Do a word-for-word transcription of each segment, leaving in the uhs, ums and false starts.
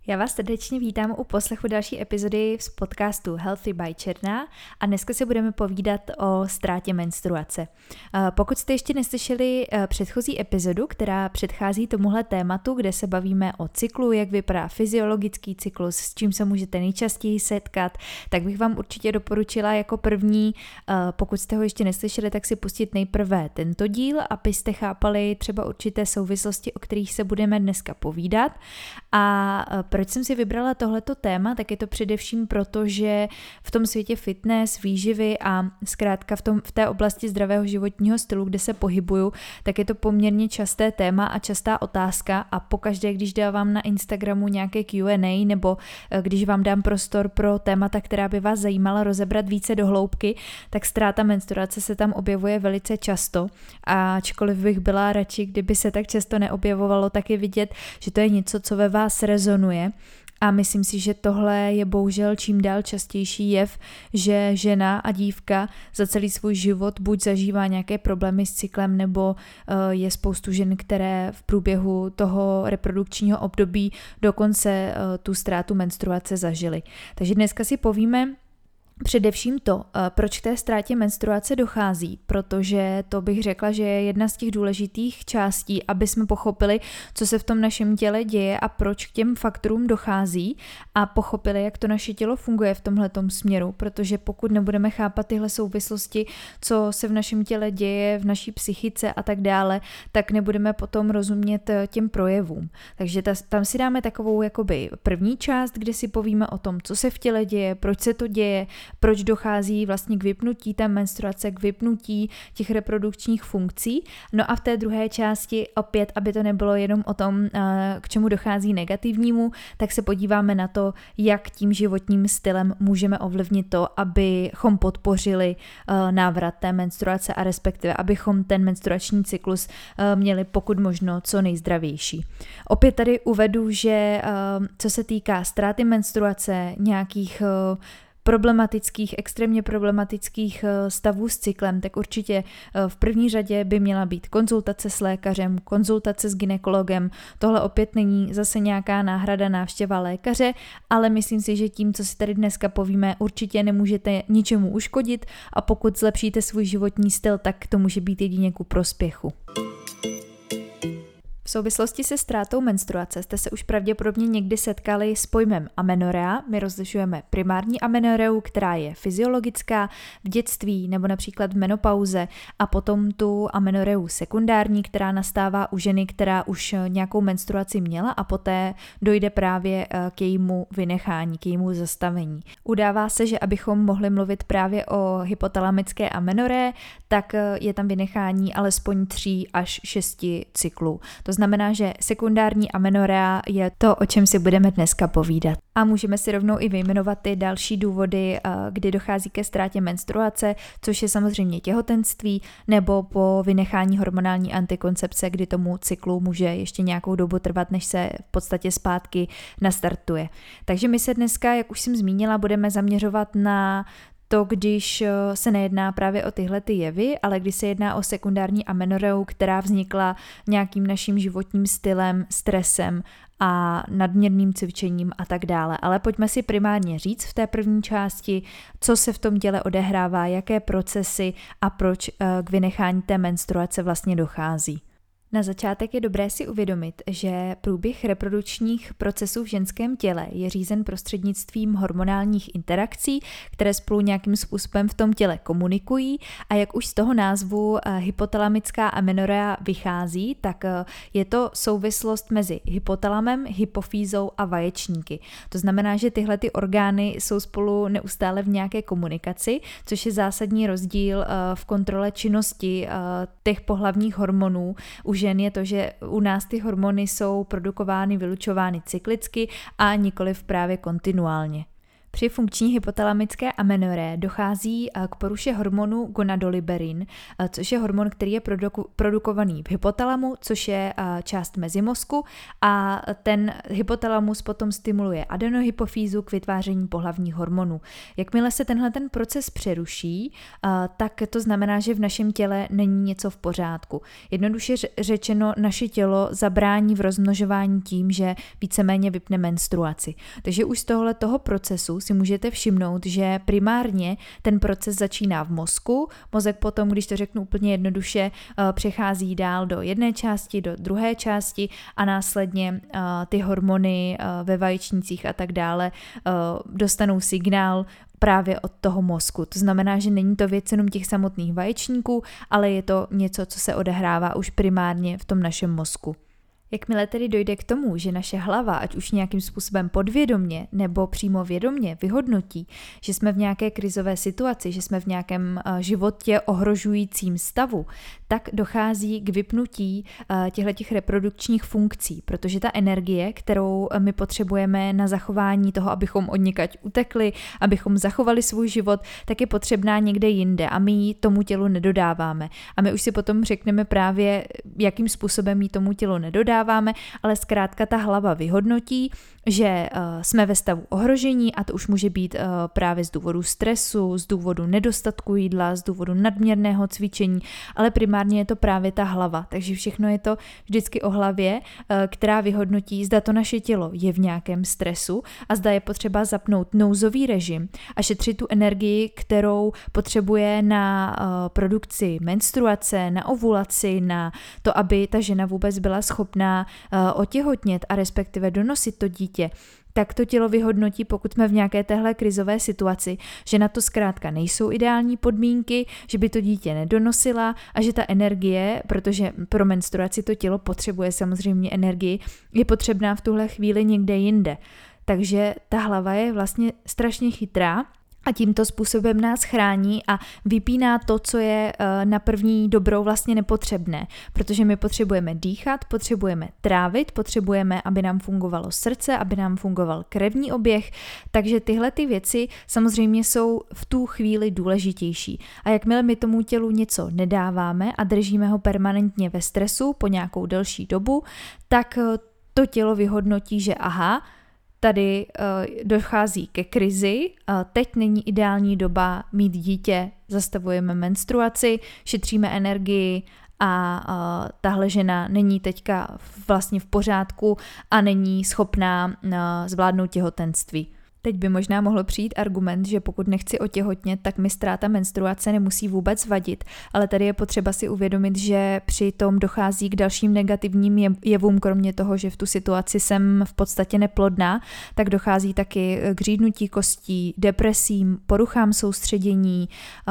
Já vás srdečně vítám u poslechu další epizody z podcastu Healthy by Černá a dneska si budeme povídat o ztrátě menstruace. Pokud jste ještě neslyšeli předchozí epizodu, která předchází tomuhle tématu, kde se bavíme o cyklu, jak vypadá fyziologický cyklus, s čím se můžete nejčastěji setkat, tak bych vám určitě doporučila jako první, pokud jste ho ještě neslyšeli, tak si pustit nejprve tento díl, abyste chápali třeba určité souvislosti, o kterých se budeme dneska povídat. A proč jsem si vybrala tohleto téma, tak je to především proto, že v tom světě fitness, výživy a zkrátka v, tom, v té oblasti zdravého životního stylu, kde se pohybuju, tak je to poměrně časté téma a častá otázka a pokaždé, když dávám na Instagramu nějaké Q and A nebo když vám dám prostor pro témata, která by vás zajímala rozebrat více do hloubky, tak ztráta menstruace se tam objevuje velice často a ačkoliv bych byla radši, kdyby se tak často neobjevovalo, tak je vidět, že to je něco, co ve vás rezonuje. A myslím si, že tohle je bohužel čím dál častější jev, že žena a dívka za celý svůj život buď zažívá nějaké problémy s cyklem, nebo je spoustu žen, které v průběhu toho reprodukčního období dokonce tu ztrátu menstruace zažily. Takže dneska si povíme především to, proč k té ztrátě menstruace dochází, protože to bych řekla, že je jedna z těch důležitých částí, aby jsme pochopili, co se v tom našem těle děje a proč k těm faktorům dochází a pochopili, jak to naše tělo funguje v tomhletom směru, protože pokud nebudeme chápat tyhle souvislosti, co se v našem těle děje, v naší psychice a tak dále, tak nebudeme potom rozumět těm projevům. Takže ta, tam si dáme takovou jakoby první část, kde si povíme o tom, co se v těle děje, proč se to děje, proč dochází vlastně k vypnutí té menstruace, k vypnutí těch reprodukčních funkcí. No a v té druhé části opět, aby to nebylo jenom o tom, k čemu dochází negativnímu, tak se podíváme na to, jak tím životním stylem můžeme ovlivnit to, abychom podpořili návrat té menstruace a respektive, abychom ten menstruační cyklus měli pokud možno co nejzdravější. Opět tady uvedu, že co se týká ztráty menstruace, nějakých problematických, extrémně problematických stavů s cyklem, tak určitě v první řadě by měla být konzultace s lékařem, konzultace s gynekologem. Tohle opět není zase nějaká náhrada návštěva lékaře, ale myslím si, že tím, co si tady dneska povíme, určitě nemůžete ničemu uškodit a pokud zlepšíte svůj životní styl, tak to může být jedině ku prospěchu. V souvislosti se ztrátou menstruace jste se už pravděpodobně někdy setkali s pojmem amenorrea. My rozlišujeme primární amenoreu, která je fyziologická v dětství nebo například v menopauze a potom tu amenoreu sekundární, která nastává u ženy, která už nějakou menstruaci měla a poté dojde právě k jejímu vynechání, k jejímu zastavení. Udává se, že abychom mohli mluvit právě o hypotalamické amenoree, tak je tam vynechání alespoň tří až šesti cyklů. To znamená, že sekundární amenorrea je to, o čem si budeme dneska povídat. A můžeme si rovnou i vyjmenovat ty další důvody, kdy dochází ke ztrátě menstruace, což je samozřejmě těhotenství nebo po vynechání hormonální antikoncepce, kdy tomu cyklu může ještě nějakou dobu trvat, než se v podstatě zpátky nastartuje. Takže my se dneska, jak už jsem zmínila, budeme zaměřovat na to, když se nejedná právě o tyhle ty jevy, ale když se jedná o sekundární amenoreu, která vznikla nějakým naším životním stylem, stresem a nadměrným cvičením a tak dále. Ale pojďme si primárně říct v té první části, co se v tom těle odehrává, jaké procesy a proč k vynechání té menstruace vlastně dochází. Na začátek je dobré si uvědomit, že průběh reprodukčních procesů v ženském těle je řízen prostřednictvím hormonálních interakcí, které spolu nějakým způsobem v tom těle komunikují a jak už z toho názvu hypotalamická amenorrea vychází, tak je to souvislost mezi hypotalamem, hypofýzou a vaječníky. To znamená, že tyhle ty orgány jsou spolu neustále v nějaké komunikaci, což je zásadní rozdíl v kontrole činnosti těch pohlavních hormonů u žen je to, že u nás ty hormony jsou produkovány, vylučovány cyklicky a nikoliv právě kontinuálně. Při funkční hypotalamické amenoré dochází k poruše hormonu gonadoliberin, což je hormon, který je produku- produkovaný v hypotalamu, což je část mezimozku, a ten hypotalamus potom stimuluje adenohypofýzu k vytváření pohlavních hormonů. Jakmile se tenhle ten proces přeruší, tak to znamená, že v našem těle není něco v pořádku. Jednoduše řečeno, naše tělo zabrání v rozmnožování tím, že víceméně vypne menstruaci. Takže už z tohohle toho procesu si můžete všimnout, že primárně ten proces začíná v mozku, mozek potom, když to řeknu úplně jednoduše, přechází dál do jedné části, do druhé části a následně ty hormony ve vaječnících a tak dále dostanou signál právě od toho mozku. To znamená, že není to věc jenom těch samotných vaječníků, ale je to něco, co se odehrává už primárně v tom našem mozku. Jakmile tedy dojde k tomu, že naše hlava, ať už nějakým způsobem podvědomě nebo přímo vědomě vyhodnotí, že jsme v nějaké krizové situaci, že jsme v nějakém životě ohrožujícím stavu, tak dochází k vypnutí těchto reprodukčních funkcí, protože ta energie, kterou my potřebujeme na zachování toho, abychom odněkať utekli, abychom zachovali svůj život, tak je potřebná někde jinde a my ji tomu tělu nedodáváme. A my už si potom řekneme právě, jakým způsobem ji tomu tělu nedodáváme, ale zkrátka ta hlava vyhodnotí, že uh, jsme ve stavu ohrožení a to už může být uh, právě z důvodu stresu, z důvodu nedostatku jídla, z důvodu nadměrného cvičení, ale primárně je to právě ta hlava. Takže všechno je to vždycky o hlavě, uh, která vyhodnotí, zda to naše tělo je v nějakém stresu a zda je potřeba zapnout nouzový režim a šetřit tu energii, kterou potřebuje na uh, produkci menstruace, na ovulaci, na to, aby ta žena vůbec byla schopná uh, otěhotnět a respektive donosit to dítě. Tak to tělo vyhodnotí, pokud jsme v nějaké téhle krizové situaci, že na to zkrátka nejsou ideální podmínky, že by to dítě nedonosila a že ta energie, protože pro menstruaci to tělo potřebuje samozřejmě energii, je potřebná v tuhle chvíli někde jinde. Takže ta hlava je vlastně strašně chytrá a tímto způsobem nás chrání a vypíná to, co je na první dobrou vlastně nepotřebné, protože my potřebujeme dýchat, potřebujeme trávit, potřebujeme, aby nám fungovalo srdce, aby nám fungoval krevní oběh, takže tyhle ty věci samozřejmě jsou v tu chvíli důležitější. A jakmile my tomu tělu něco nedáváme a držíme ho permanentně ve stresu po nějakou delší dobu, tak to tělo vyhodnotí, že aha, tady uh, dochází ke krizi, uh, teď není ideální doba mít dítě, zastavujeme menstruaci, šetříme energii a uh, tahle žena není teďka vlastně v pořádku a není schopná uh, zvládnout těhotenství. Teď by možná mohlo přijít argument, že pokud nechci otěhotnět, tak mi ztráta menstruace nemusí vůbec vadit, ale tady je potřeba si uvědomit, že při tom dochází k dalším negativním jevům, kromě toho, že v tu situaci jsem v podstatě neplodná, tak dochází taky k řídnutí kostí, depresím, poruchám soustředění,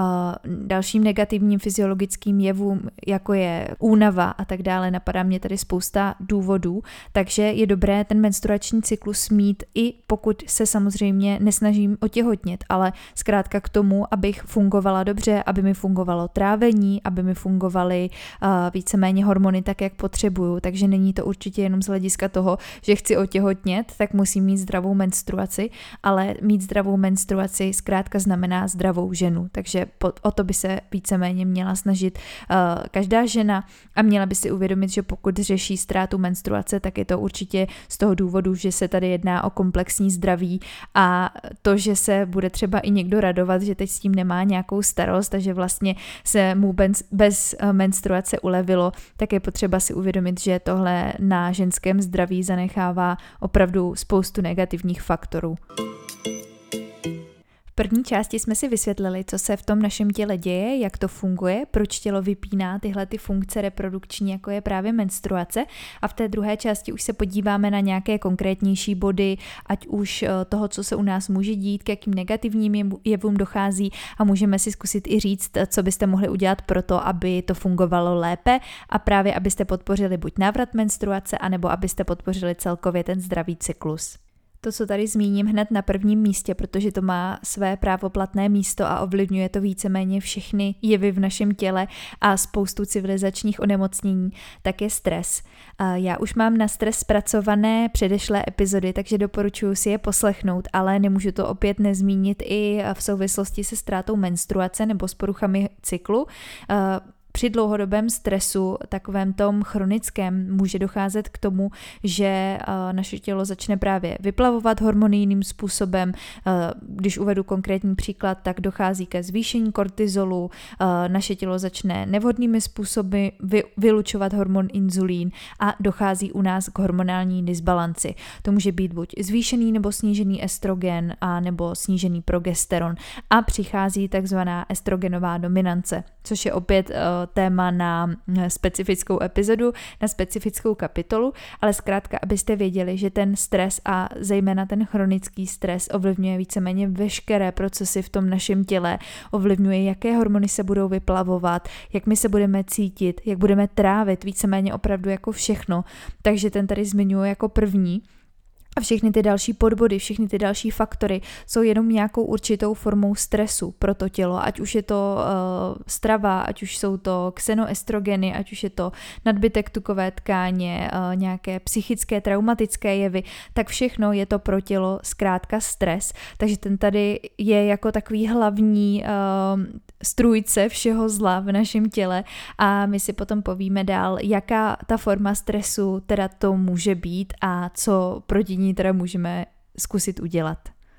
dalším negativním fyziologickým jevům, jako je únava a tak dále. Napadá mě tady spousta důvodů, takže je dobré ten menstruační cyklus mít, i pokud se samozřejmě Samozřejmě nesnažím otěhotnět, ale zkrátka k tomu, abych fungovala dobře, aby mi fungovalo trávení, aby mi fungovaly uh, víceméně hormony tak, jak potřebuju, takže není to určitě jenom z hlediska toho, že chci otěhotnět, tak musím mít zdravou menstruaci, ale mít zdravou menstruaci zkrátka znamená zdravou ženu, takže po, o to by se víceméně měla snažit uh, každá žena a měla by si uvědomit, že pokud řeší ztrátu menstruace, tak je to určitě z toho důvodu, že se tady jedná o komplexní zdraví a to, že se bude třeba i někdo radovat, že teď s tím nemá nějakou starost a že vlastně se mu bez, bez menstruace ulevilo, tak je potřeba si uvědomit, že tohle na ženském zdraví zanechává opravdu spoustu negativních faktorů. V první části jsme si vysvětlili, co se v tom našem těle děje, jak to funguje, proč tělo vypíná tyhle ty funkce reprodukční, jako je právě menstruace, a v té druhé části už se podíváme na nějaké konkrétnější body, ať už toho, co se u nás může dít, k jakým negativním jevům dochází, a můžeme si zkusit i říct, co byste mohli udělat pro to, aby to fungovalo lépe a právě abyste podpořili buď návrat menstruace, anebo abyste podpořili celkově ten zdravý cyklus. To, co tady zmíním hned na prvním místě, protože to má své právoplatné místo a ovlivňuje to víceméně všechny jevy v našem těle a spoustu civilizačních onemocnění, tak je stres. Já už mám na stres zpracované předešlé epizody, takže doporučuji si je poslechnout, ale nemůžu to opět nezmínit i v souvislosti se ztrátou menstruace nebo s poruchami cyklu. Při dlouhodobém stresu, takovém tom chronickém, může docházet k tomu, že naše tělo začne právě vyplavovat hormony jiným způsobem. Když uvedu konkrétní příklad, tak dochází ke zvýšení kortizolu, naše tělo začne nevhodnými způsoby vylučovat hormon inzulín a dochází u nás k hormonální disbalanci. To může být buď zvýšený nebo snížený estrogen a nebo snížený progesteron a přichází takzvaná estrogenová dominance, což je opět téma na specifickou epizodu, na specifickou kapitolu, ale zkrátka, abyste věděli, že ten stres a zejména ten chronický stres ovlivňuje víceméně veškeré procesy v tom našem těle, ovlivňuje, jaké hormony se budou vyplavovat, jak my se budeme cítit, jak budeme trávit, víceméně opravdu jako všechno. Takže ten tady zmiňuji jako první. A všechny ty další podbody, všechny ty další faktory jsou jenom nějakou určitou formou stresu pro to tělo, ať už je to uh, strava, ať už jsou to xenoestrogeny, ať už je to nadbytek tukové tkáně, uh, nějaké psychické, traumatické jevy, tak všechno je to pro tělo zkrátka stres. Takže ten tady je jako takový hlavní uh, strůjce všeho zla v našem těle a my si potom povíme dál, jaká ta forma stresu teda to může být a co proti ní teda můžeme zkusit udělat.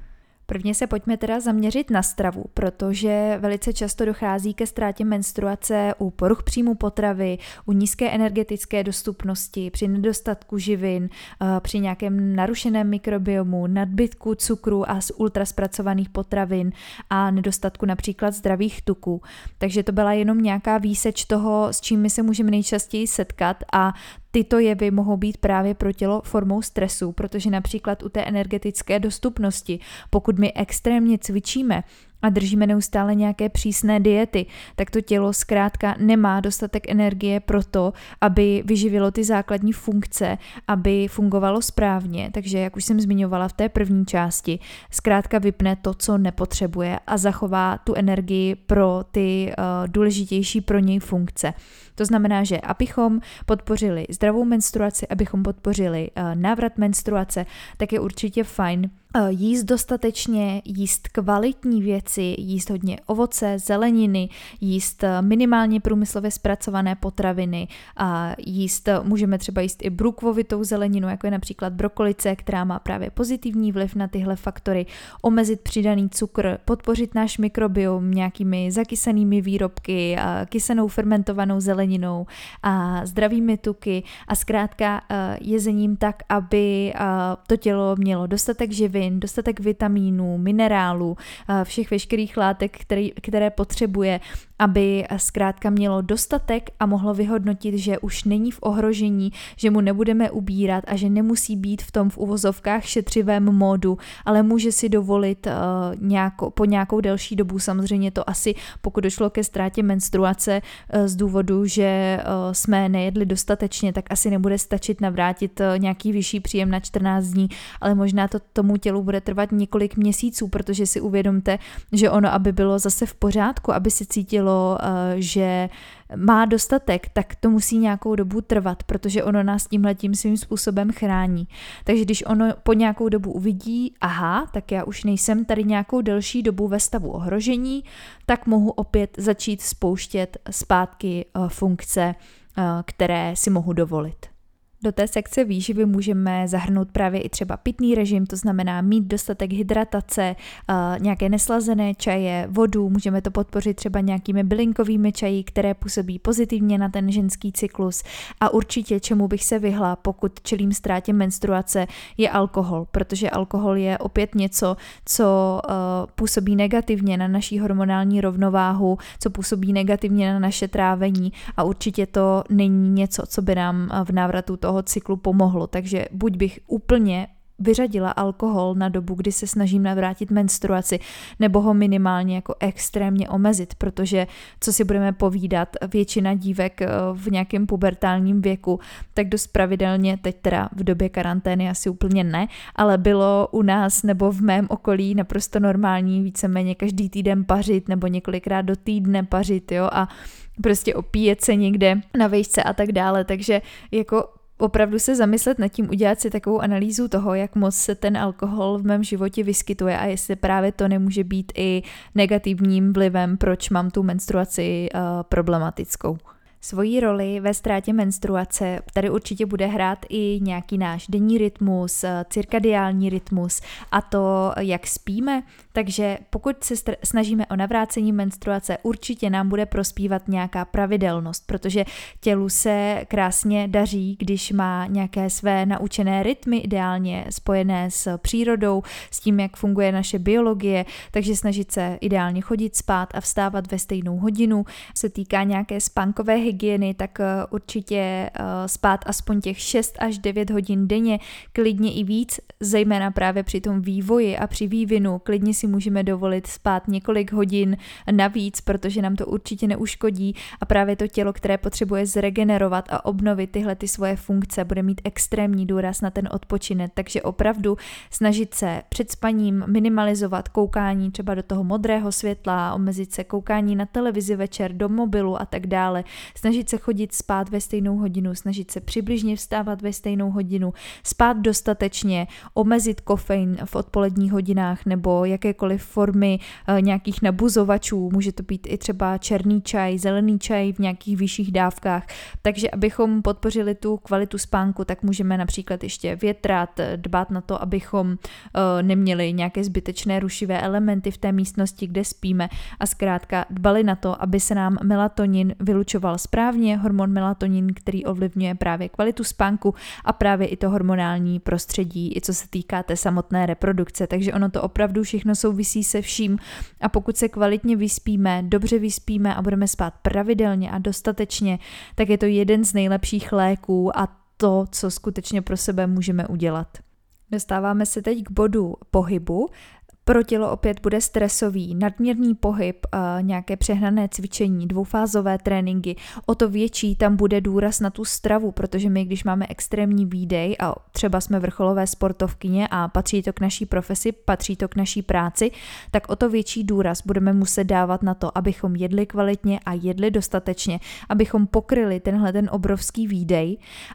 Prvně se pojďme teda zaměřit na stravu, protože velice často dochází ke ztrátě menstruace u poruch příjmu potravy, u nízké energetické dostupnosti, při nedostatku živin, při nějakém narušeném mikrobiomu, nadbytku cukru a z ultraspracovaných potravin a nedostatku například zdravých tuků. Takže to byla jenom nějaká výseč toho, s čím my se můžeme nejčastěji setkat a tyto jevy mohou být právě pro tělo formou stresu, protože například u té energetické dostupnosti, pokud my extrémně cvičíme a držíme neustále nějaké přísné diety, tak to tělo zkrátka nemá dostatek energie pro to, aby vyživilo ty základní funkce, aby fungovalo správně. Takže, jak už jsem zmiňovala v té první části, zkrátka vypne to, co nepotřebuje a zachová tu energii pro ty uh, důležitější pro něj funkce. To znamená, že abychom podpořili zdravou menstruaci, abychom podpořili uh, návrat menstruace, tak je určitě fajn jíst dostatečně, jíst kvalitní věci, jíst hodně ovoce, zeleniny, jíst minimálně průmyslově zpracované potraviny a jíst, můžeme třeba jíst i brukvovitou zeleninu, jako je například brokolice, která má právě pozitivní vliv na tyhle faktory, omezit přidaný cukr, podpořit náš mikrobiom nějakými zakysanými výrobky, kysanou fermentovanou zeleninou a zdravými tuky a zkrátka jezením tak, aby to tělo mělo dostatek živin, dostatek vitamínů, minerálů, všech veškerých látek, které, které potřebuje, aby zkrátka mělo dostatek a mohlo vyhodnotit, že už není v ohrožení, že mu nebudeme ubírat a že nemusí být v tom v uvozovkách šetřivém módu, ale může si dovolit uh, nějako, po nějakou delší dobu, samozřejmě to asi, pokud došlo ke ztrátě menstruace uh, z důvodu, že uh, jsme nejedli dostatečně, tak asi nebude stačit navrátit uh, nějaký vyšší příjem na čtrnáct dní, ale možná to tomu tělu bude trvat několik měsíců, protože si uvědomte, že ono, aby bylo zase v pořádku, aby se cítilo, že má dostatek, tak to musí nějakou dobu trvat, protože ono nás tímhletím svým způsobem chrání. Takže když ono po nějakou dobu uvidí, aha, tak já už nejsem tady nějakou delší dobu ve stavu ohrožení, tak mohu opět začít spouštět zpátky funkce, které si mohu dovolit. Do té sekce výživy můžeme zahrnout právě i třeba pitný režim, to znamená mít dostatek hydratace, nějaké neslazené čaje, vodu, můžeme to podpořit třeba nějakými bylinkovými čaji, které působí pozitivně na ten ženský cyklus a určitě čemu bych se vyhla, pokud čelím ztrátě menstruace, je alkohol, protože alkohol je opět něco, co působí negativně na naší hormonální rovnováhu, co působí negativně na naše trávení a určitě to není něco, co by nám v návratu toho cyklu pomohlo, takže buď bych úplně vyřadila alkohol na dobu, kdy se snažím navrátit menstruaci, nebo ho minimálně jako extrémně omezit, protože co si budeme povídat, většina dívek v nějakém pubertálním věku, tak dost pravidelně, teď teda v době karantény asi úplně ne, ale bylo u nás nebo v mém okolí naprosto normální víceméně každý týden pařit nebo několikrát do týdne pařit, jo, a prostě opíjet se někde na vejšce a tak dále, takže jako opravdu se zamyslet nad tím, udělat si takovou analýzu toho, jak moc se ten alkohol v mém životě vyskytuje a jestli právě to nemůže být i negativním vlivem, proč mám tu menstruaci uh, problematickou. Svoji roli ve ztrátě menstruace tady určitě bude hrát i nějaký náš denní rytmus, cirkadiální rytmus a to, jak spíme, takže pokud se snažíme o navrácení menstruace, určitě nám bude prospívat nějaká pravidelnost, protože tělu se krásně daří, když má nějaké své naučené rytmy, ideálně spojené s přírodou, s tím, jak funguje naše biologie, takže snažit se ideálně chodit spát a vstávat ve stejnou hodinu. Se týká nějaké spánkové hygieny, tak určitě spát aspoň těch šest až devět hodin denně, klidně i víc, zejména právě při tom vývoji a při vývinu, klidně si můžeme dovolit spát několik hodin navíc, protože nám to určitě neuškodí a právě to tělo, které potřebuje zregenerovat a obnovit tyhle ty svoje funkce, bude mít extrémní důraz na ten odpočinek, takže opravdu snažit se před spaním minimalizovat koukání třeba do toho modrého světla, omezit se koukání na televizi večer, do mobilu a tak dále, snažit se chodit spát ve stejnou hodinu, snažit se přibližně vstávat ve stejnou hodinu, spát dostatečně, omezit kofein v odpoledních hodinách nebo jakékoliv formy e, nějakých nabuzovačů, může to být i třeba černý čaj, zelený čaj v nějakých vyšších dávkách, takže abychom podpořili tu kvalitu spánku, tak můžeme například ještě větrat, dbát na to, abychom e, neměli nějaké zbytečné rušivé elementy v té místnosti, kde spíme a zkrátka dbali na to, aby se nám melatonin vylučoval správně, hormon melatonin, který ovlivňuje právě kvalitu spánku a právě i to hormonální prostředí, i co se týká té samotné reprodukce, takže ono to opravdu všechno souvisí se vším a pokud se kvalitně vyspíme, dobře vyspíme a budeme spát pravidelně a dostatečně, tak je to jeden z nejlepších léků a to, co skutečně pro sebe můžeme udělat. Dostáváme se teď k bodu pohybu. Pro tělo opět bude stresový, nadměrný pohyb, nějaké přehnané cvičení, dvoufázové tréninky, o to větší tam bude důraz na tu stravu, protože my, když máme extrémní výdej a třeba jsme vrcholové sportovkyně a patří to k naší profesi, patří to k naší práci, tak o to větší důraz budeme muset dávat na to, abychom jedli kvalitně a jedli dostatečně, abychom pokryli tenhle ten obrovský výdej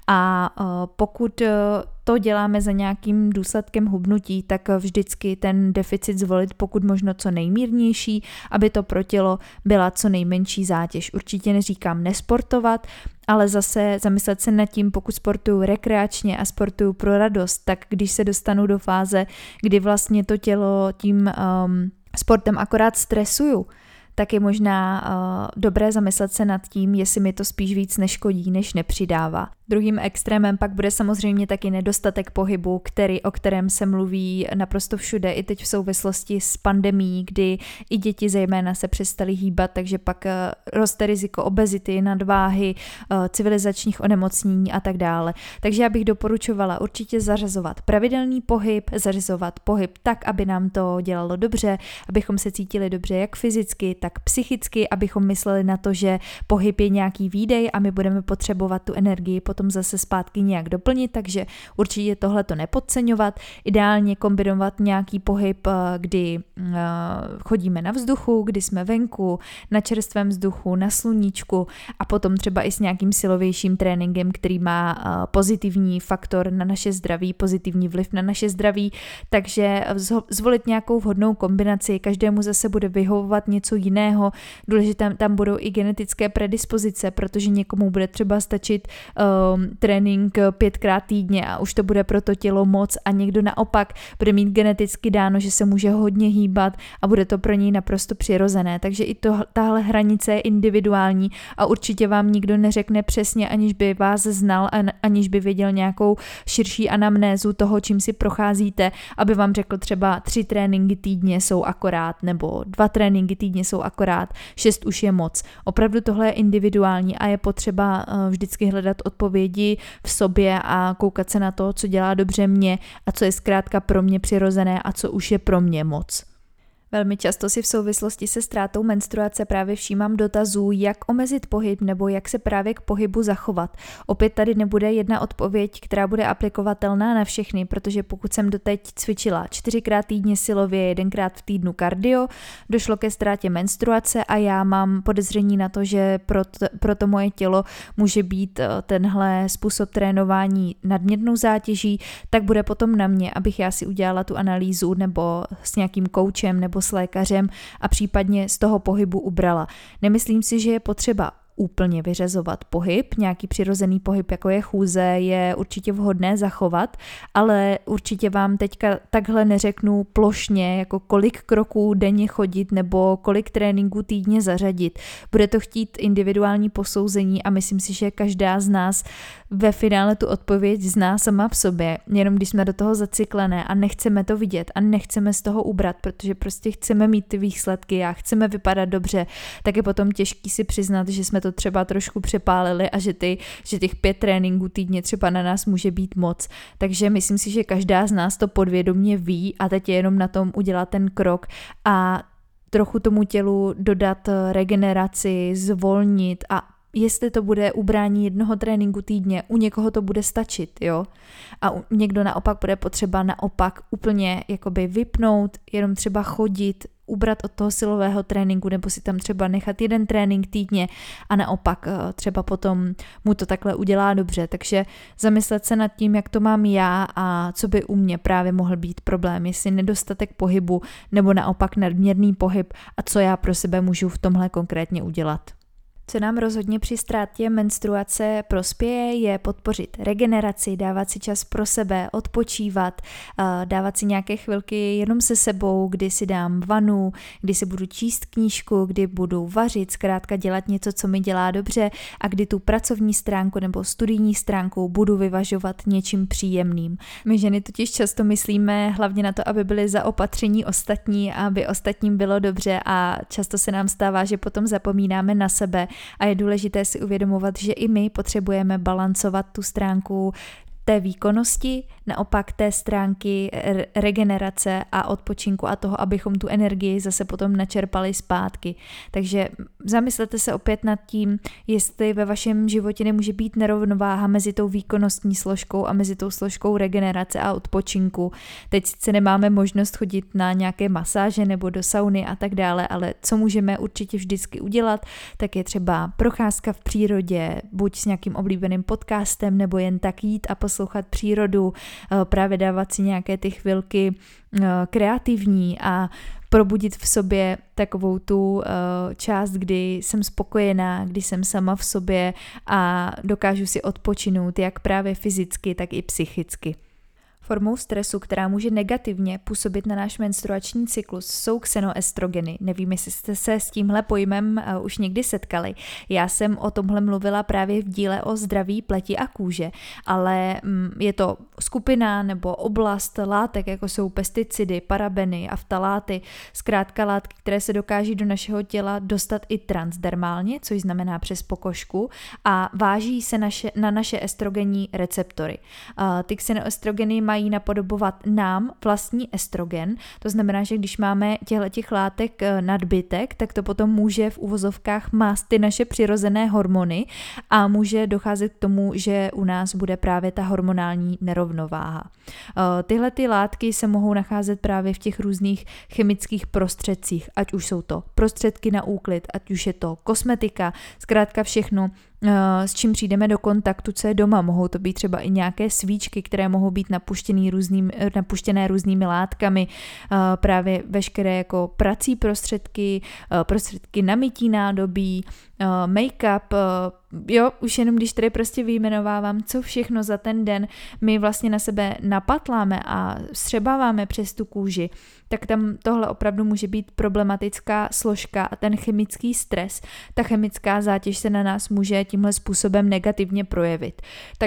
a pokud to děláme za nějakým důsledkem hubnutí, tak vždycky ten deficit zvolit pokud možno co nejmírnější, aby to pro tělo byla co nejmenší zátěž. Určitě neříkám nesportovat, ale zase zamyslet se nad tím, pokud sportuju rekreačně a sportuju pro radost, tak když se dostanu do fáze, kdy vlastně to tělo tím um, sportem akorát stresuju, tak je možná uh, dobré zamyslet se nad tím, jestli mi to spíš víc neškodí, než nepřidává. Druhým extrémem pak bude samozřejmě taky nedostatek pohybu, který, o kterém se mluví naprosto všude, i teď v souvislosti s pandemií, kdy i děti zejména se přestaly hýbat, takže pak roste riziko obezity, nadváhy, civilizačních onemocnění a tak dále. Takže já bych doporučovala určitě zařazovat pravidelný pohyb, zařazovat pohyb tak, aby nám to dělalo dobře, abychom se cítili dobře jak fyzicky, tak psychicky, abychom mysleli na to, že pohyb je nějaký výdej a my budeme potřebovat tu energii potom zase zpátky nějak doplnit, takže určitě tohleto nepodceňovat, ideálně kombinovat nějaký pohyb, kdy chodíme na vzduchu, kdy jsme venku, na čerstvém vzduchu, na sluníčku a potom třeba i s nějakým silovějším tréninkem, který má pozitivní faktor na naše zdraví, pozitivní vliv na naše zdraví, takže zvolit nějakou vhodnou kombinaci, každému zase bude vyhovovat něco jiného, důležité tam budou i genetické predispozice, protože někomu bude třeba stačit um, trénink pětkrát týdně a už to bude pro to tělo moc a někdo naopak bude mít geneticky dáno, že se může hodně hýbat a bude to pro něj naprosto přirozené, takže i to, tahle hranice je individuální a určitě vám nikdo neřekne přesně, aniž by vás znal, aniž by věděl nějakou širší anamnézu toho, čím si procházíte, aby vám řekl třeba tři tréninky týdně jsou akorát, nebo dva tréninky týdně jsou akorát, šest už je moc. Opravdu tohle je individuální a je potřeba vždycky hledat odpovědi v sobě a koukat se na to, co dělá dobře mě a co je zkrátka pro mě přirozené a co už je pro mě moc. Velmi často si v souvislosti se ztrátou menstruace právě všímám dotazů, jak omezit pohyb nebo jak se právě k pohybu zachovat. Opět tady nebude jedna odpověď, která bude aplikovatelná na všechny, protože pokud jsem doteď cvičila čtyřikrát týdně silově, jedenkrát v týdnu kardio, došlo ke ztrátě menstruace a já mám podezření na to, že pro to, pro to moje tělo může být tenhle způsob trénování nadměrnou zátěží, tak bude potom na mě, abych já si udělala tu analýzu nebo s nějakým koučem nebo s lékařem a případně z toho pohybu ubrala. Nemyslím si, že je potřeba úplně vyřazovat pohyb, nějaký přirozený pohyb, jako je chůze, je určitě vhodné zachovat, ale určitě vám teďka takhle neřeknu plošně, jako kolik kroků denně chodit nebo kolik tréninků týdně zařadit. Bude to chtít individuální posouzení a myslím si, že každá z nás ve finále tu odpověď zná sama v sobě, jenom když jsme do toho zacyklené a nechceme to vidět a nechceme z toho ubrat, protože prostě chceme mít ty výsledky a chceme vypadat dobře, tak je potom těžký si přiznat, že jsme to třeba trošku přepálili a že, ty, že těch pět tréninků týdně třeba na nás může být moc. Takže myslím si, že každá z nás to podvědomě ví a teď je jenom na tom udělat ten krok a trochu tomu tělu dodat regeneraci, zvolnit a jestli to bude ubrání jednoho tréninku týdně, u někoho to bude stačit, jo. A u, někdo naopak bude potřeba naopak úplně jakoby vypnout, jenom třeba chodit, ubrat od toho silového tréninku nebo si tam třeba nechat jeden trénink týdně a naopak třeba potom mu to takhle udělá dobře. Takže zamyslet se nad tím, jak to mám já a co by u mě právě mohl být problém, jestli nedostatek pohybu nebo naopak nadměrný pohyb a co já pro sebe můžu v tomhle konkrétně udělat. Co nám rozhodně při ztrátě menstruace prospěje, je podpořit regeneraci, dávat si čas pro sebe, odpočívat, dávat si nějaké chvilky jenom se sebou, kdy si dám vanu, kdy si budu číst knížku, kdy budu vařit, zkrátka dělat něco, co mi dělá dobře a kdy tu pracovní stránku nebo studijní stránku budu vyvažovat něčím příjemným. My ženy totiž často myslíme hlavně na to, aby byly zaopatření ostatní, aby ostatním bylo dobře a často se nám stává, že potom zapomínáme na sebe. A je důležité si uvědomovat, že i my potřebujeme balancovat tu stránku té výkonnosti, naopak té stránky regenerace a odpočinku a toho, abychom tu energii zase potom načerpali zpátky. Takže zamyslete se opět nad tím, jestli ve vašem životě nemůže být nerovnováha mezi tou výkonnostní složkou a mezi tou složkou regenerace a odpočinku. Teď sice nemáme možnost chodit na nějaké masáže nebo do sauny a tak dále, ale co můžeme určitě vždycky udělat, tak je třeba procházka v přírodě, buď s nějakým oblíbeným podcastem, nebo jen tak jít a poslouchat přírodu, právě dávat si nějaké ty chvilky kreativní a probudit v sobě takovou tu část, kdy jsem spokojená, kdy jsem sama v sobě a dokážu si odpočinout jak právě fyzicky, tak i psychicky. Formou stresu, která může negativně působit na náš menstruační cyklus, jsou xenoestrogeny. Nevím, jestli jste se s tímhle pojmem uh, už někdy setkali. Já jsem o tomhle mluvila právě v díle o zdraví pleti a kůže, ale um, je to skupina nebo oblast látek, jako jsou pesticidy, parabeny a ftaláty, zkrátka látky, které se dokáží do našeho těla dostat i transdermálně, což znamená přes pokožku, a váží se naše, na naše estrogenní receptory. Uh, ty xenoestrogeny mají mají napodobovat nám vlastní estrogen, to znamená, že když máme těchto látek nadbytek, tak to potom může v uvozovkách mást ty naše přirozené hormony a může docházet k tomu, že u nás bude právě ta hormonální nerovnováha. Tyhle ty látky se mohou nacházet právě v těch různých chemických prostředcích, ať už jsou to prostředky na úklid, ať už je to kosmetika, zkrátka všechno, s čím přijdeme do kontaktu, co je doma. Mohou to být třeba i nějaké svíčky, které mohou být napuštěné různými, napuštěné různými látkami, právě veškeré jako prací prostředky, prostředky na mytí nádobí, make-up, jo, už jenom když tady prostě vyjmenovávám, co všechno za ten den my vlastně na sebe napatláme a střebáváme přes tu kůži, tak tam tohle opravdu může být problematická složka a ten chemický stres, ta chemická zátěž se na nás může tímhle způsobem negativně projevit. Takže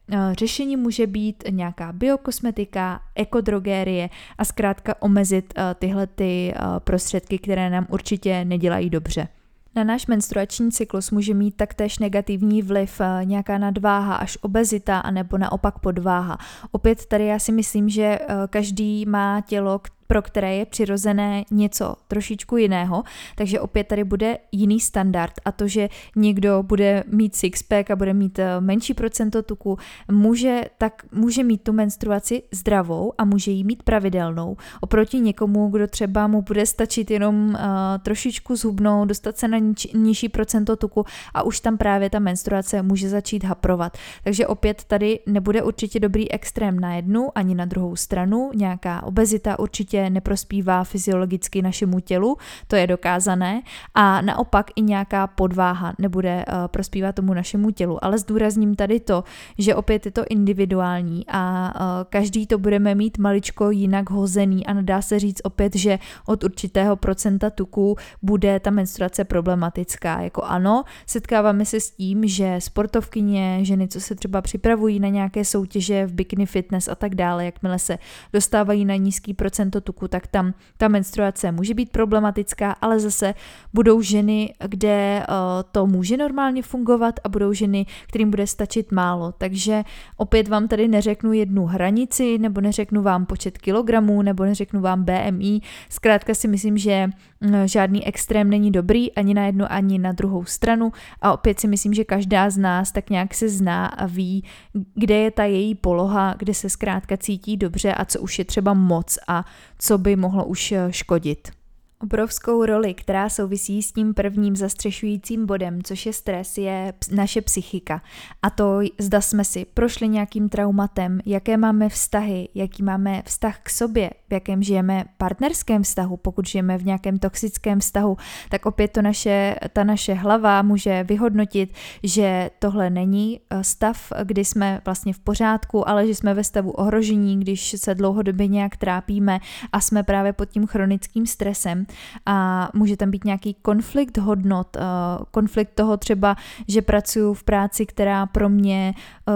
řešení může být nějaká biokosmetika, ekodrogérie a zkrátka omezit tyhle ty prostředky, které nám určitě nedělají dobře. Na náš menstruační cyklus může mít taktéž negativní vliv nějaká nadváha až obezita, anebo naopak podváha. Opět tady já si myslím, že každý má tělo, pro které je přirozené něco trošičku jiného, takže opět tady bude jiný standard a to, že někdo bude mít sixpack a bude mít menší procento tuku, může, tak může mít tu menstruaci zdravou a může ji mít pravidelnou. Oproti někomu, kdo třeba mu bude stačit jenom uh, trošičku zhubnout, dostat se na niž, nižší procento tuku a už tam právě ta menstruace může začít haprovat. Takže opět tady nebude určitě dobrý extrém na jednu ani na druhou stranu, nějaká obezita určitě neprospívá fyziologicky našemu tělu, to je dokázané, a naopak i nějaká podváha nebude uh, prospívat tomu našemu tělu, ale zdůrazním tady to, že opět je to individuální a uh, každý to budeme mít maličko jinak hozený a nedá se říct opět, že od určitého procenta tuku bude ta menstruace problematická. Jako ano, setkáváme se s tím, že sportovkyně, ženy, co se třeba připravují na nějaké soutěže v bikini fitness a tak dále, jakmile se dostávají na nízký procento tuku, tak tam ta menstruace může být problematická, ale zase budou ženy, kde uh, to může normálně fungovat a budou ženy, kterým bude stačit málo. Takže opět vám tady neřeknu jednu hranici, nebo neřeknu vám počet kilogramů, nebo neřeknu vám B M I. Zkrátka si myslím, že žádný extrém není dobrý ani na jednu, ani na druhou stranu a opět si myslím, že každá z nás tak nějak se zná a ví, kde je ta její poloha, kde se zkrátka cítí dobře a co už je třeba moc a co by mohlo už škodit. Obrovskou roli, která souvisí s tím prvním zastřešujícím bodem, což je stres, je naše psychika. A to, zda jsme si prošli nějakým traumatem, jaké máme vztahy, jaký máme vztah k sobě, v jakém žijeme partnerském vztahu, pokud žijeme v nějakém toxickém vztahu, tak opět to naše, ta naše hlava může vyhodnotit, že tohle není stav, kdy jsme vlastně v pořádku, ale že jsme ve stavu ohrožení, když se dlouhodobě nějak trápíme a jsme právě pod tím chronickým stresem. A může tam být nějaký konflikt hodnot, konflikt toho třeba, že pracuji v práci, která pro mě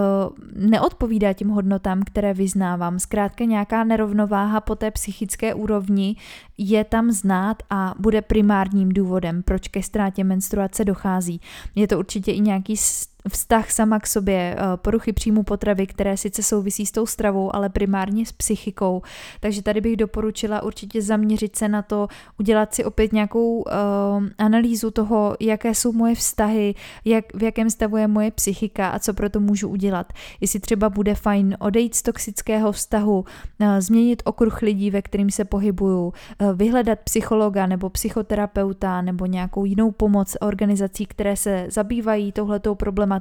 neodpovídá těm hodnotám, které vyznávám. Zkrátka nějaká nerovnováha po té psychické úrovni je tam znát a bude primárním důvodem, proč ke ztrátě menstruace dochází. Je to určitě i nějaký vztah sama k sobě, poruchy příjmu potravy, které sice souvisí s tou stravou, ale primárně s psychikou. Takže tady bych doporučila určitě zaměřit se na to, udělat si opět nějakou uh, analýzu toho, jaké jsou moje vztahy, jak, v jakém stavu je moje psychika a co pro to můžu udělat. Jestli třeba bude fajn odejít z toxického vztahu, uh, změnit okruh lidí, ve kterým se pohybuju, uh, vyhledat psychologa nebo psychoterapeuta nebo nějakou jinou pomoc organizací, které se zabývají touhletou problematikou,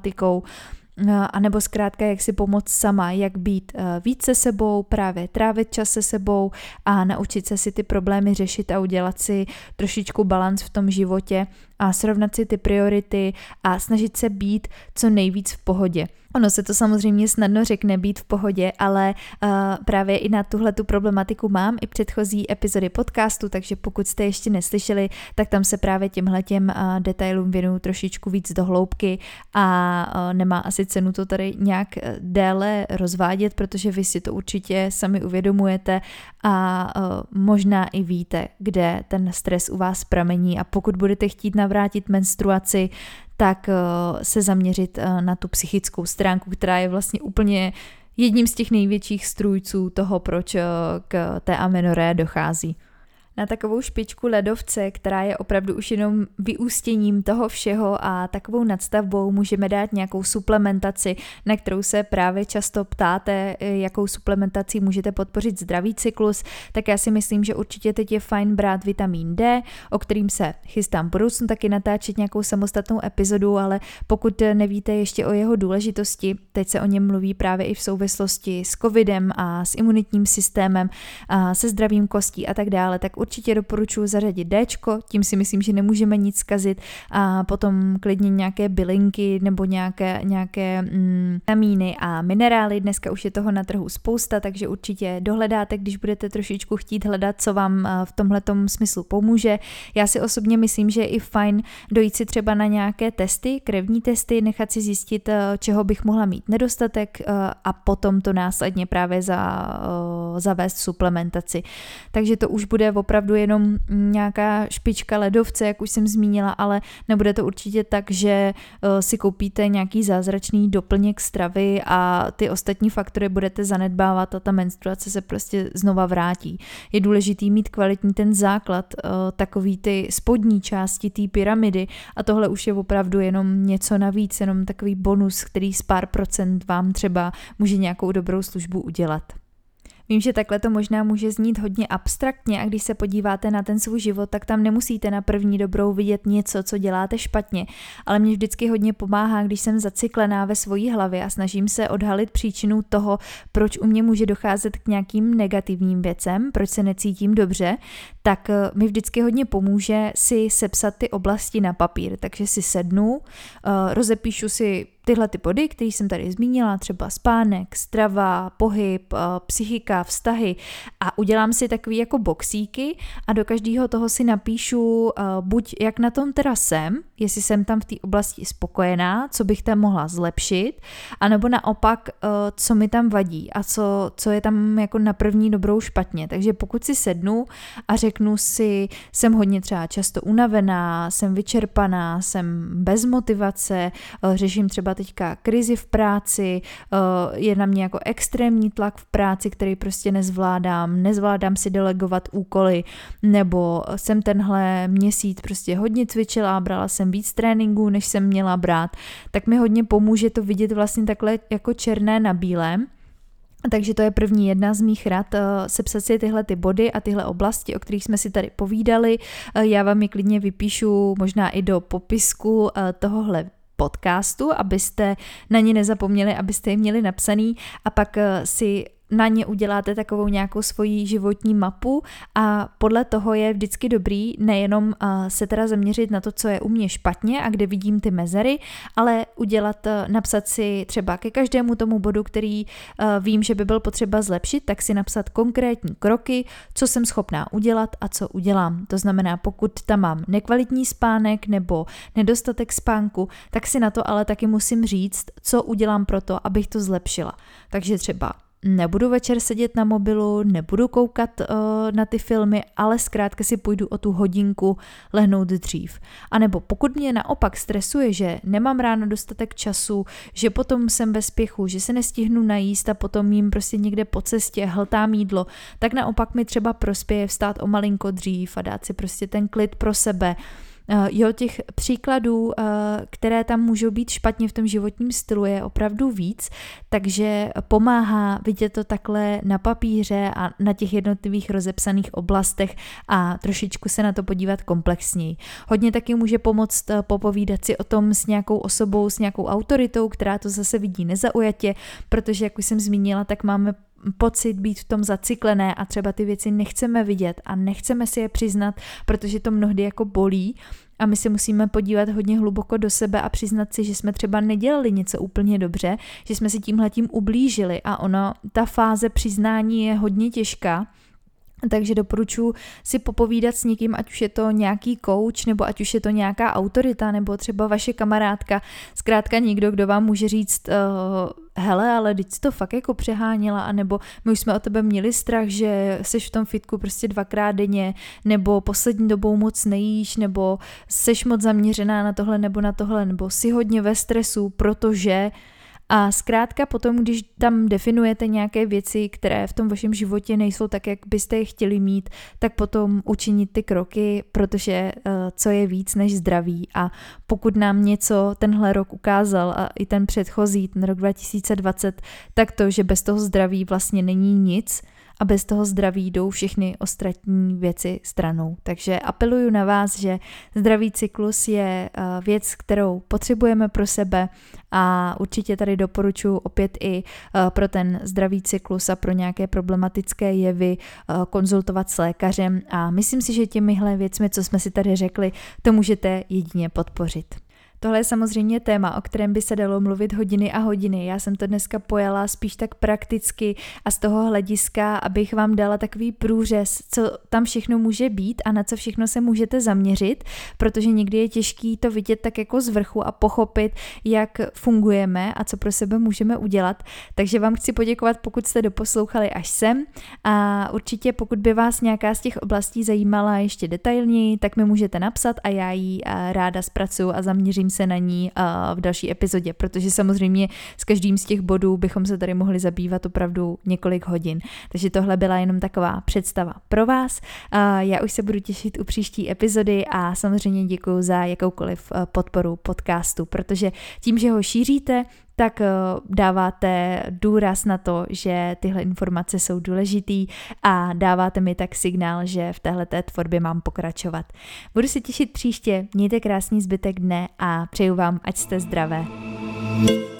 a nebo zkrátka, jak si pomoct sama, jak být víc se sebou, právě trávit čas se sebou a naučit se si ty problémy řešit a udělat si trošičku balans v tom životě a srovnat si ty priority a snažit se být co nejvíc v pohodě. Ono se to samozřejmě snadno řekne být v pohodě, ale uh, právě i na tuhle tu problematiku mám i předchozí epizody podcastu, takže pokud jste ještě neslyšeli, tak tam se právě těmhletěm uh, detailům věnuju trošičku víc do hloubky a uh, nemá asi cenu to tady nějak déle rozvádět, protože vy si to určitě sami uvědomujete a uh, možná i víte, kde ten stres u vás pramení a pokud budete chtít navrátit menstruaci, tak se zaměřit na tu psychickou stránku, která je vlastně úplně jedním z těch největších strůjců toho, proč k té amenoré dochází. Na takovou špičku ledovce, která je opravdu už jenom vyústěním toho všeho a takovou nadstavbou můžeme dát nějakou suplementaci, na kterou se právě často ptáte, jakou suplementací můžete podpořit zdravý cyklus, tak já si myslím, že určitě teď je fajn brát vitamin D, o kterým se chystám v budoucnu taky natáčet nějakou samostatnou epizodu, ale pokud nevíte ještě o jeho důležitosti, teď se o něm mluví právě i v souvislosti s covidem a s imunitním systémem, a se zdravím kostí a tak dále, tak určitě určitě doporučuji zařadit Dčko, tím si myslím, že nemůžeme nic zkazit a potom klidně nějaké bylinky nebo nějaké, nějaké mm, vitamíny a minerály. Dneska už je toho na trhu spousta, takže určitě dohledáte, když budete trošičku chtít hledat, co vám v tomhletom smyslu pomůže. Já si osobně myslím, že je i fajn dojít si třeba na nějaké testy, krevní testy, nechat si zjistit, čeho bych mohla mít nedostatek a potom to následně právě za, zavést suplementaci. Takže to už bude opravdu jenom nějaká špička ledovce, jak už jsem zmínila, ale nebude to určitě tak, že si koupíte nějaký zázračný doplněk stravy a ty ostatní faktory budete zanedbávat a ta menstruace se prostě znova vrátí. Je důležitý mít kvalitní ten základ, takový ty spodní části té pyramidy a tohle už je opravdu jenom něco navíc, jenom takový bonus, který z pár procent vám třeba může nějakou dobrou službu udělat. Vím, že takhle to možná může znít hodně abstraktně a když se podíváte na ten svůj život, tak tam nemusíte na první dobrou vidět něco, co děláte špatně, ale mě vždycky hodně pomáhá, když jsem zacyklená ve svojí hlavě a snažím se odhalit příčinu toho, proč u mě může docházet k nějakým negativním věcem, proč se necítím dobře, tak mi vždycky hodně pomůže si sepsat ty oblasti na papír, takže si sednu, rozepíšu si tyhle ty body, které jsem tady zmínila, třeba spánek, strava, pohyb, psychika, vztahy a udělám si takový jako boxíky a do každého toho si napíšu buď jak na tom teda jsem, jestli jsem tam v té oblasti spokojená, co bych tam mohla zlepšit, anebo naopak, co mi tam vadí a co, co je tam jako na první dobrou špatně. Takže pokud si sednu a řeknu si, jsem hodně třeba často unavená, jsem vyčerpaná, jsem bez motivace, řeším třeba teďka krizi v práci, je na mě jako extrémní tlak v práci, který prostě nezvládám, nezvládám si delegovat úkoly, nebo jsem tenhle měsíc prostě hodně cvičila, brala jsem víc tréninků, než jsem měla brát, tak mi hodně pomůže to vidět vlastně takhle jako černé na bílém. Takže to je první jedna z mých rad, sepsat si tyhle ty body a tyhle oblasti, o kterých jsme si tady povídali. Já vám je klidně vypíšu možná i do popisku tohohle podcastu, abyste na ně nezapomněli, abyste je měli napsaný a pak si na ně uděláte takovou nějakou svoji životní mapu a podle toho je vždycky dobrý nejenom uh, se teda zaměřit na to, co je u mě špatně a kde vidím ty mezery, ale udělat, uh, napsat si třeba ke každému tomu bodu, který uh, vím, že by byl potřeba zlepšit, tak si napsat konkrétní kroky, co jsem schopná udělat a co udělám. To znamená, pokud tam mám nekvalitní spánek nebo nedostatek spánku, tak si na to ale taky musím říct, co udělám pro to, abych to zlepšila. Takže třeba nebudu večer sedět na mobilu, nebudu koukat uh, na ty filmy, ale zkrátka si půjdu o tu hodinku lehnout dřív. A nebo pokud mě naopak stresuje, že nemám ráno dostatek času, že potom jsem ve spěchu, že se nestihnu najíst a potom jím prostě někde po cestě hltám jídlo, tak naopak mi třeba prospěje vstát o malinko dřív a dát si prostě ten klid pro sebe. Jo, těch příkladů, které tam můžou být špatně v tom životním stylu, je opravdu víc, takže pomáhá vidět to takhle na papíře a na těch jednotlivých rozepsaných oblastech a trošičku se na to podívat komplexněji. Hodně taky může pomoct popovídat si o tom s nějakou osobou, s nějakou autoritou, která to zase vidí nezaujatě, protože jak už jsem zmínila, tak máme pocit být v tom zacyklené a třeba ty věci nechceme vidět a nechceme si je přiznat, protože to mnohdy jako bolí a my si musíme podívat hodně hluboko do sebe a přiznat si, že jsme třeba nedělali něco úplně dobře, že jsme si tímhletím ublížili a ono, ta fáze přiznání je hodně těžká. Takže doporučuji si popovídat s někým, ať už je to nějaký coach, nebo ať už je to nějaká autorita, nebo třeba vaše kamarádka, zkrátka někdo, kdo vám může říct, uh, hele, ale teď jsi to fakt jako přeháněla, anebo my už jsme o tebe měli strach, že seš v tom fitku prostě dvakrát denně, nebo poslední dobou moc nejíš, nebo seš moc zaměřená na tohle nebo na tohle, nebo jsi hodně ve stresu, protože... A zkrátka potom, když tam definujete nějaké věci, které v tom vašem životě nejsou tak, jak byste je chtěli mít, tak potom učinit ty kroky, protože uh, co je víc než zdraví. A pokud nám něco tenhle rok ukázal a i ten předchozí, ten rok dva tisíce dvacet, tak to, že bez toho zdraví vlastně není nic a bez toho zdraví jdou všechny ostatní věci stranou. Takže apeluju na vás, že zdravý cyklus je věc, kterou potřebujeme pro sebe a určitě tady doporučuji opět i pro ten zdravý cyklus a pro nějaké problematické jevy konzultovat s lékařem a myslím si, že těmihle věcmi, co jsme si tady řekli, to můžete jedině podpořit. Tohle je samozřejmě téma, o kterém by se dalo mluvit hodiny a hodiny. Já jsem to dneska pojala spíš tak prakticky a z toho hlediska, abych vám dala takový průřez, co tam všechno může být a na co všechno se můžete zaměřit, protože někdy je těžký to vidět tak jako z vrchu a pochopit, jak fungujeme a co pro sebe můžeme udělat. Takže vám chci poděkovat, pokud jste doposlouchali až sem a určitě pokud by vás nějaká z těch oblastí zajímala ještě detailněji, tak mi můžete napsat a já ji ráda zpracuju a zaměřím se na ní v další epizodě, protože samozřejmě s každým z těch bodů bychom se tady mohli zabývat opravdu několik hodin. Takže tohle byla jenom taková představa pro vás. Já už se budu těšit u příští epizody a samozřejmě děkuji za jakoukoliv podporu podcastu, protože tím, že ho šíříte, tak dáváte důraz na to, že tyhle informace jsou důležitý a dáváte mi tak signál, že v téhleté tvorbě mám pokračovat. Budu se těšit příště, mějte krásný zbytek dne a přeju vám, ať jste zdravé.